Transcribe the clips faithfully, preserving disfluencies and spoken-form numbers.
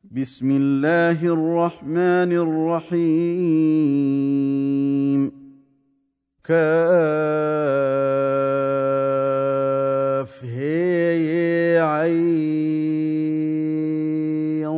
بسم الله الرحمن الرحيم. كاف هي عين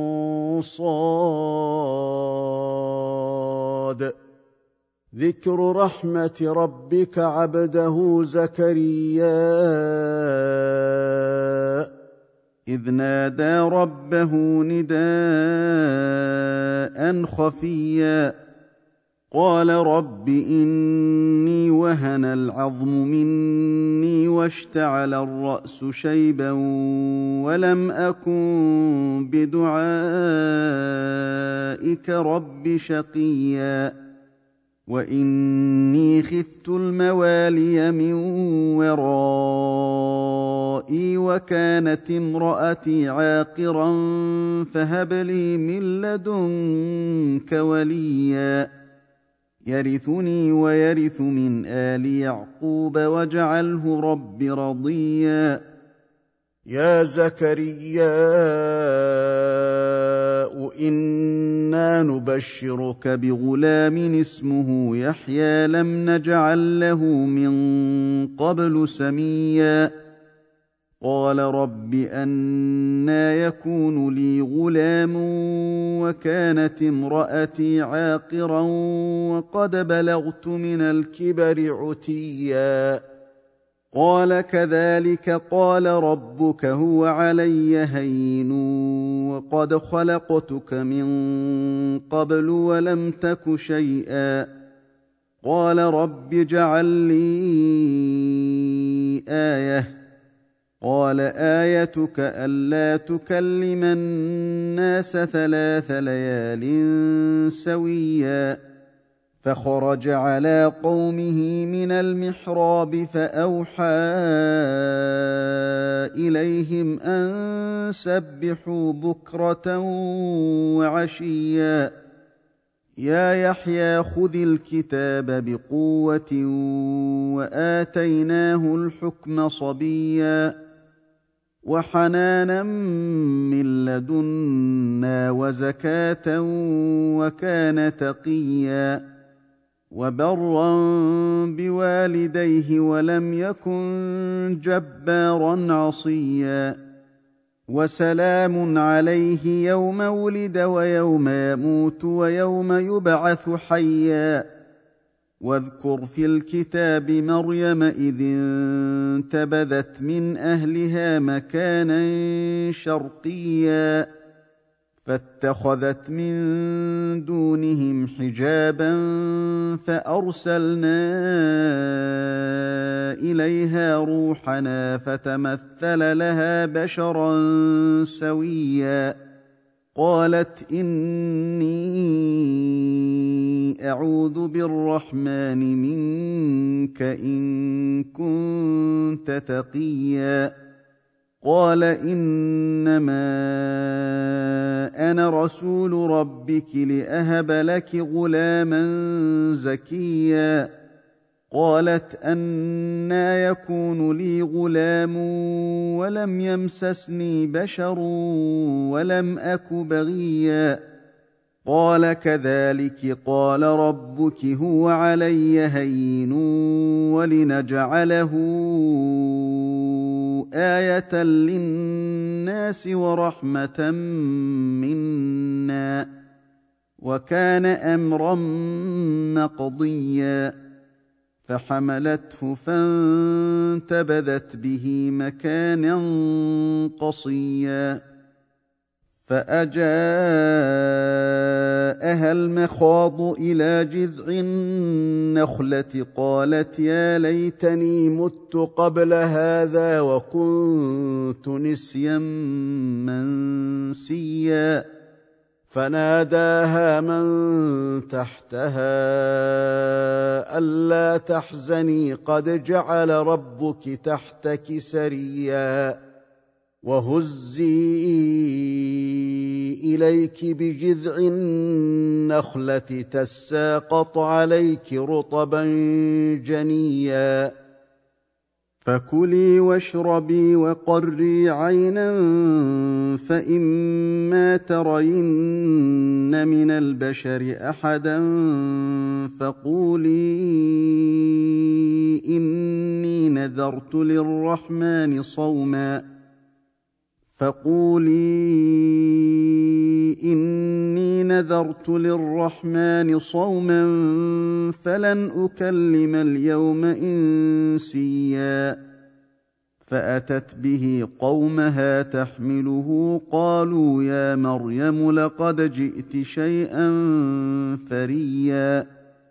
صاد. ذكر رحمة ربك عبده زكريا إذ نادى ربه نداء خفيا قال رب إني وهن العظم مني واشتعل الرأس شيبا ولم أكن بدعائك رب شقيا وإني خفت الموالي من ورائي وكانت امرأتي عاقرا فهب لي من لدنك وليا يرثني ويرث من آل يعقوب واجعله رب رضيا. يا زكريا إنا نبشرك بغلام اسمه يحيى لم نجعل له من قبل سميا قال رب أنى يكون لي غلام وكانت امرأتي عاقرا وقد بلغت من الكبر عتيا قال كذلك قال ربك هو علي هين وقد خلقتك من قبل ولم تك شيئا قال رب اجعل لي آية قال آيتك ألا تكلم الناس ثلاث ليال سويا فخرج على قومه من المحراب فأوحى إليهم أن سبحوا بكرة وعشيا يا يحيى خذ الكتاب بقوة وآتيناه الحكم صبيا وحنانا من لدنا وزكاة وكان تقيا وبرا بوالديه ولم يكن جبارا عصيا وسلام عليه يوم ولد ويوم يموت ويوم يبعث حيا واذكر في الكتاب مريم إذ انتبذت من أهلها مكانا شرقيا فاتخذت من دونهم حجابا فأرسلنا إليها روحنا فتمثل لها بشرا سويا قالت إني أعوذ بالرحمن منك إن كنت تقيا قال إنما أنا رسول ربك لأهب لك غلاما زكيا قالت أنى يكون لي غلام ولم يمسسني بشر ولم أك بغيا قال كذلك قال ربك هو علي هين ولنجعله آية للناس ورحمة منا وكان أمرا مقضيا فحملته فانتبذت به مكانا قصيا فأجاءها المخاض إلى جذع النخلة قالت يا ليتني مت قبل هذا وكنت نسيا منسيا فناداها من تحتها ألا تحزني قد جعل ربك تحتك سريا وهزي إليك بجذع النخلة تساقط عليك رطبا جنيا فكلي واشربي وقري عينا فإما ترين من البشر أحدا فقولي إني نذرت للرحمن صوما فقولي إني نذرت للرحمن صوما فلن أكلم اليوم إنسيا فأتت به قومها تحمله قالوا يا مريم لقد جئت شيئا فريا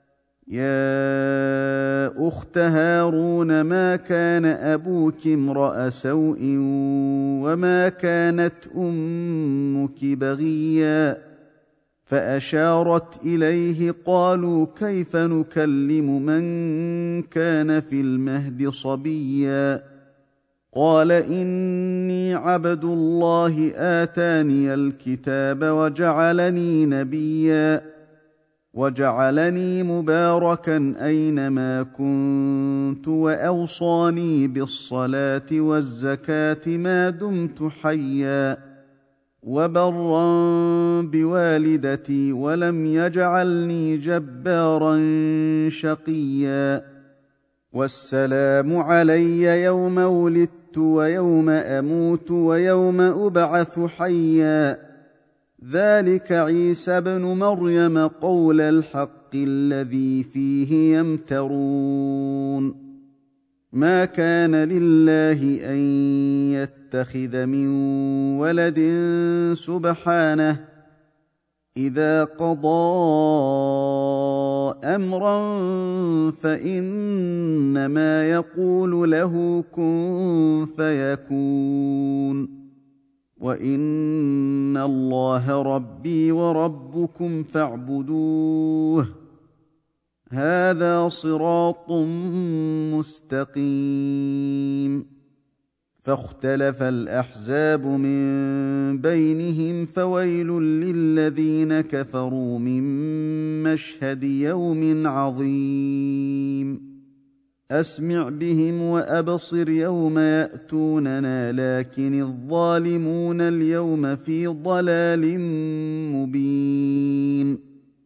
يا أخت هارون ما كان أبوك امرأ سوء وما كانت أمك بغيا فأشارت إليه قالوا كيف نكلم من كان في المهد صبيا قال إني عبد الله آتاني الكتاب وجعلني نبيا وجعلني مباركا أينما كنت وأوصاني بالصلاة والزكاة ما دمت حيا وبرا بوالدتي ولم يجعلني جبارا شقيا والسلام علي يوم ولدت ويوم أموت ويوم أبعث حيا ذلك عيسى ابن مريم قول الحق الذي فيه يمترون ما كان لله أن يتخذ من ولد سبحانه إذا قضى أمرا فإنما يقول له كن فيكون وإن الله ربي وربكم فاعبدوه هذا صراط مستقيم فاختلف الأحزاب من بينهم فويل للذين كفروا من مشهد يوم عظيم أسمع بهم وأبصر يوم يأتوننا لكن الظالمون اليوم في ضلال مبين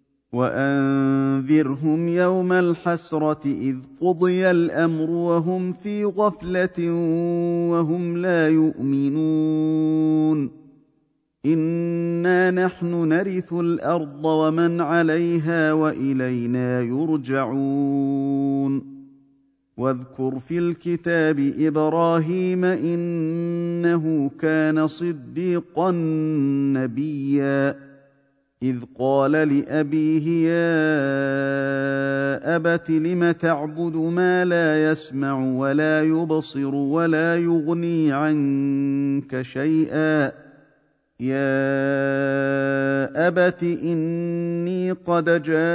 وأنذرهم يوم الحسرة إذ قضي الأمر وهم في غفلة وهم لا يؤمنون إنا نحن نرث الأرض ومن عليها وإلينا يرجعون واذكر في الكتاب إبراهيم إنه كان صديقا نبيا إذ قال لأبيه يا أبت لم تعبد ما لا يسمع ولا يبصر ولا يغني عنك شيئا يا أبت إني قد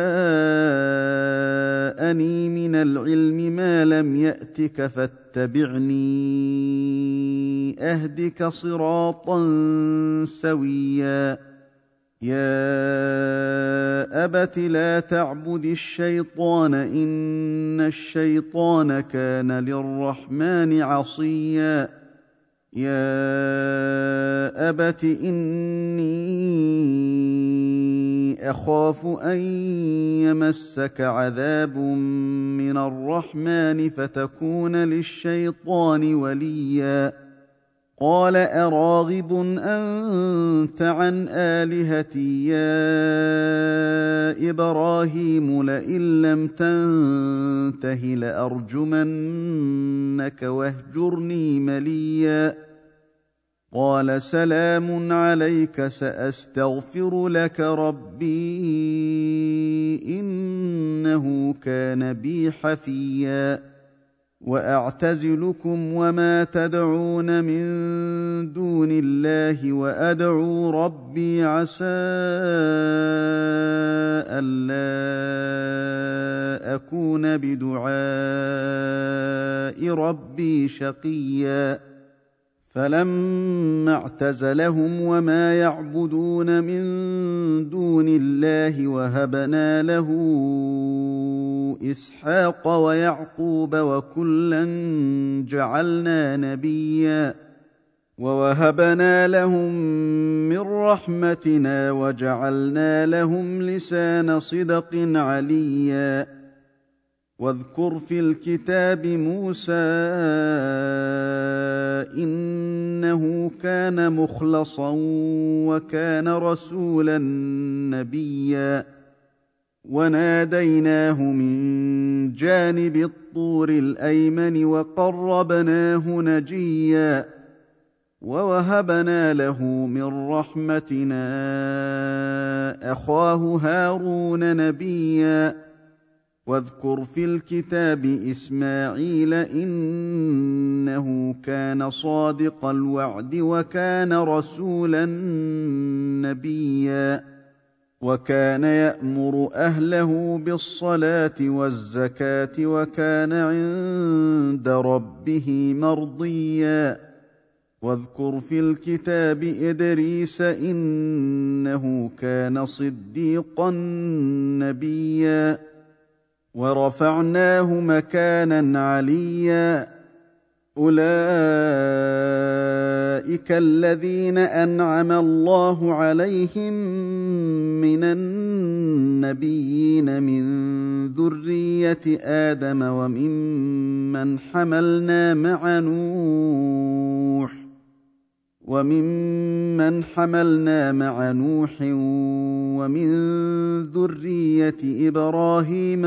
جاءني من العلم ما لم يأتك فاتبعني أهدك صراطا سويا يا أبت لا تعبد الشيطان إن الشيطان كان للرحمن عصيا يا أبت إني أخاف أن يمسك عذاب من الرحمن فتكون للشيطان وليا قال أراغب أنت عن آلهتي يا إبراهيم لئن لم تنته لأرجمنك واهجرني مليا قال سلام عليك سأستغفر لك ربي إنه كان بي حفيا وأعتزلكم وما تدعون من دون الله وأدعو ربي عسى ألا أكون بدعاء ربي شقيا فلما اعتزلهم وما يعبدون من دون الله وهبنا له إسحاق ويعقوب وكلا جعلنا نبيا ووهبنا لهم من رحمتنا وجعلنا لهم لسان صدق عليا واذكر في الكتاب موسى إنه كان مخلصا وكان رسولا نبيا وناديناه من جانب الطور الأيمن وقربناه نجيا ووهبنا له من رحمتنا أخاه هارون نبيا واذكر في الكتاب إسماعيل إنه كان صادق الوعد وكان رسولا نبيا وكان يأمر أهله بالصلاة والزكاة وكان عند ربه مرضيا واذكر في الكتاب إدريس إنه كان صديقا نبيا ورفعناه مكانا عليا أولئك الذين أنعم الله عليهم من النبيين من ذرية آدم وممن حملنا مع نوح وممن حملنا مع نوح ومن ذرية إبراهيم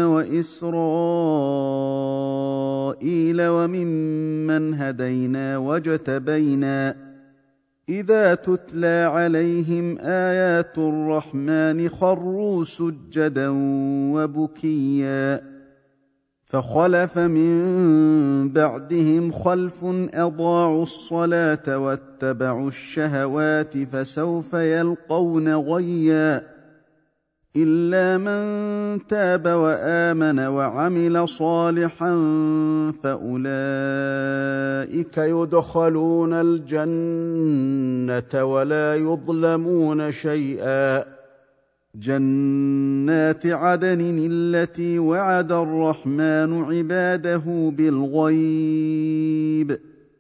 وإسرائيل وممن هدينا واجتبينا إذا تتلى عليهم آيات الرحمن خروا سجدا وبكيا فخلف من بعدهم خلف أضاعوا الصلاة واتبعوا الشهوات فسوف يلقون غيا إلا من تاب وآمن وعمل صالحا فأولئك يدخلون الجنة ولا يظلمون شيئا جنات عدن التي وعد الرحمن عباده بالغيب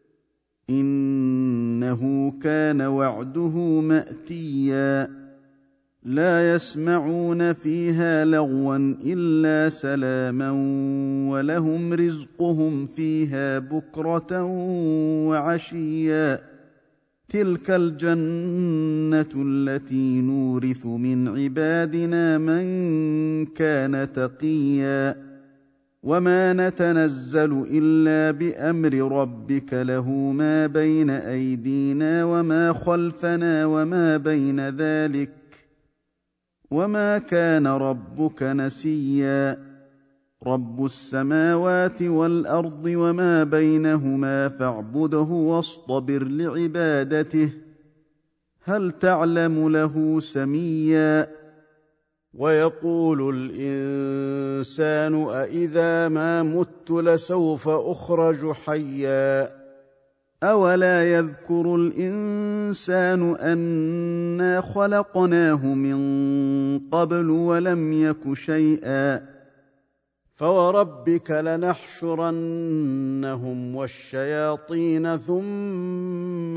إنه كان وعده مأتيا لا يسمعون فيها لغوا إلا سلاما ولهم رزقهم فيها بكرة وعشيا تلك الجنة التي نورث من عبادنا من كان تقيا وما نتنزل إلا بأمر ربك له ما بين أيدينا وما خلفنا وما بين ذلك وما كان ربك نسيا رب السماوات والأرض وما بينهما فاعبده واصطبر لعبادته هل تعلم له سميا ويقول الإنسان أإذا ما مت لسوف أخرج حيا أولا يذكر الإنسان أنا خلقناه من قبل ولم يك شيئا فوربك لنحشرنهم والشياطين ثم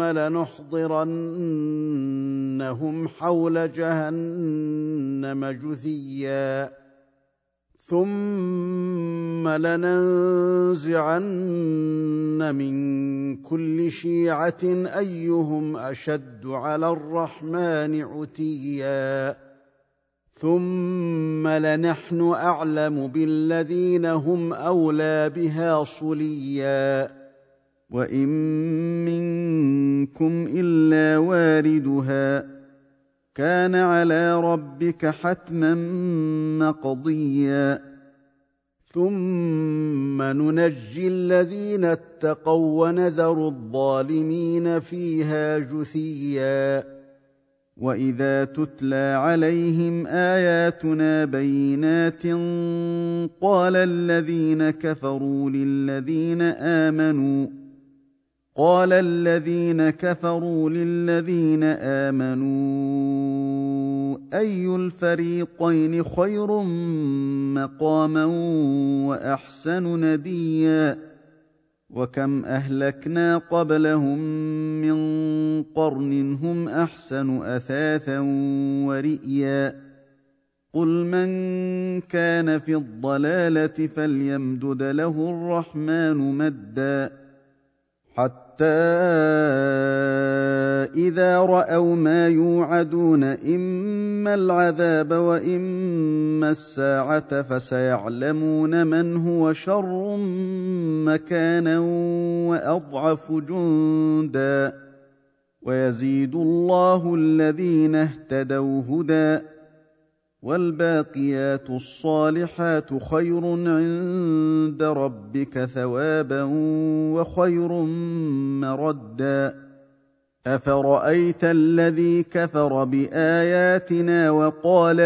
لنحضرنهم حول جهنم جثيا ثم لننزعن من كل شيعة أيهم أشد على الرحمن عتيا ثم لنحن أعلم بالذين هم أولى بها صليا وإن منكم إلا واردها كان على ربك حتما مقضيا ثم ننجي الذين اتقوا ونذر الظالمين فيها جثيا وإذا تتلى عليهم آياتنا بينات قال الذين كفروا للذين آمنوا قال الذين كفروا للذين آمنوا أي الفريقين خير مقاما وأحسن نديا وكم أهلكنا قبلهم من قرن هم أحسن أثاثا ورئيا قل من كان في الضلالة فليمدد له الرحمن مدا حتى إذا رأوا ما يوعدون إما العذاب وإما الساعة فسيعلمون من هو شر مكانا وأضعف جندا ويزيد الله الذين اهتدوا هدى والباقيات الصالحات خير عند ربك ثوابا وخير مردا أفرأيت الذي كفر بآياتنا وقال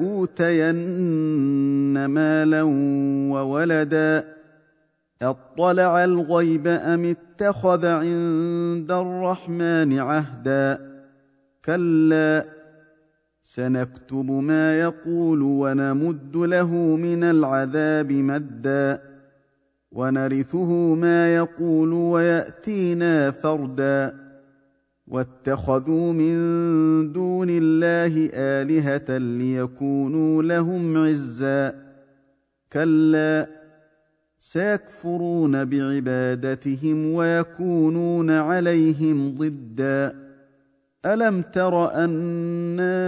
لأوتين مالا وولدا أطلع الغيب أم اتخذ عند الرحمن عهدا كلا سنكتب ما يقول ونمد له من العذاب مدا ونرثه ما يقول ويأتينا فردا واتخذوا من دون الله آلهة ليكونوا لهم عزا كلا سيكفرون بعبادتهم ويكونون عليهم ضدا ألم تر أنا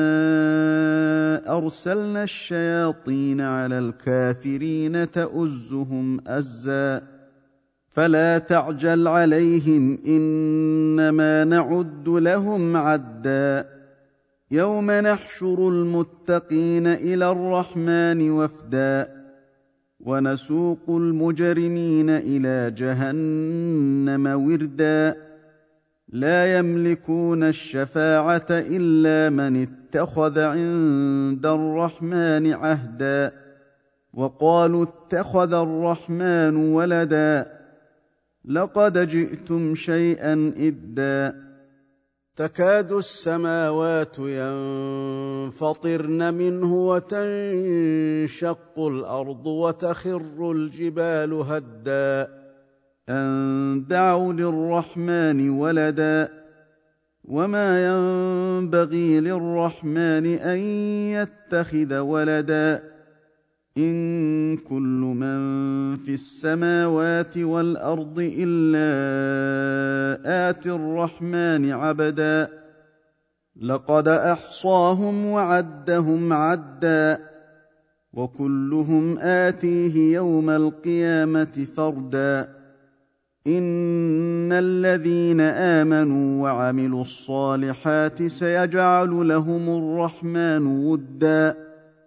أرسلنا الشياطين على الكافرين تؤزهم أزا فلا تعجل عليهم إنما نعد لهم عدا يوم نحشر المتقين إلى الرحمن وفدا ونسوق المجرمين إلى جهنم وردا لا يملكون الشفاعة إلا من اتخذ عند الرحمن عهدا وقالوا اتخذ الرحمن ولدا لقد جئتم شيئا إدا تكاد السماوات ينفطرن منه وتنشق الأرض وتخر الجبال هدا أن دعوا للرحمن ولدا وما ينبغي للرحمن أن يتخذ ولدا إن كل من في السماوات والأرض إلا آتي الرحمن عبدا لقد أحصاهم وعدهم عدا وكلهم آتيه يوم القيامة فردا إن الذين آمنوا وعملوا الصالحات سيجعل لهم الرحمن ودا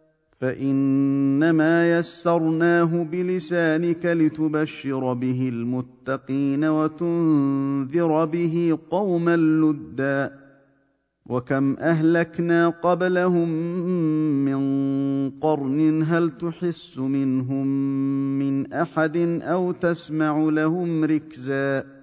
فإنما يسرناه بلسانك لتبشر به المتقين وتنذر به قوما لدا وكم أهلكنا قبلهم من قرن هل تحس منهم من أحد أو تسمع لهم ركزا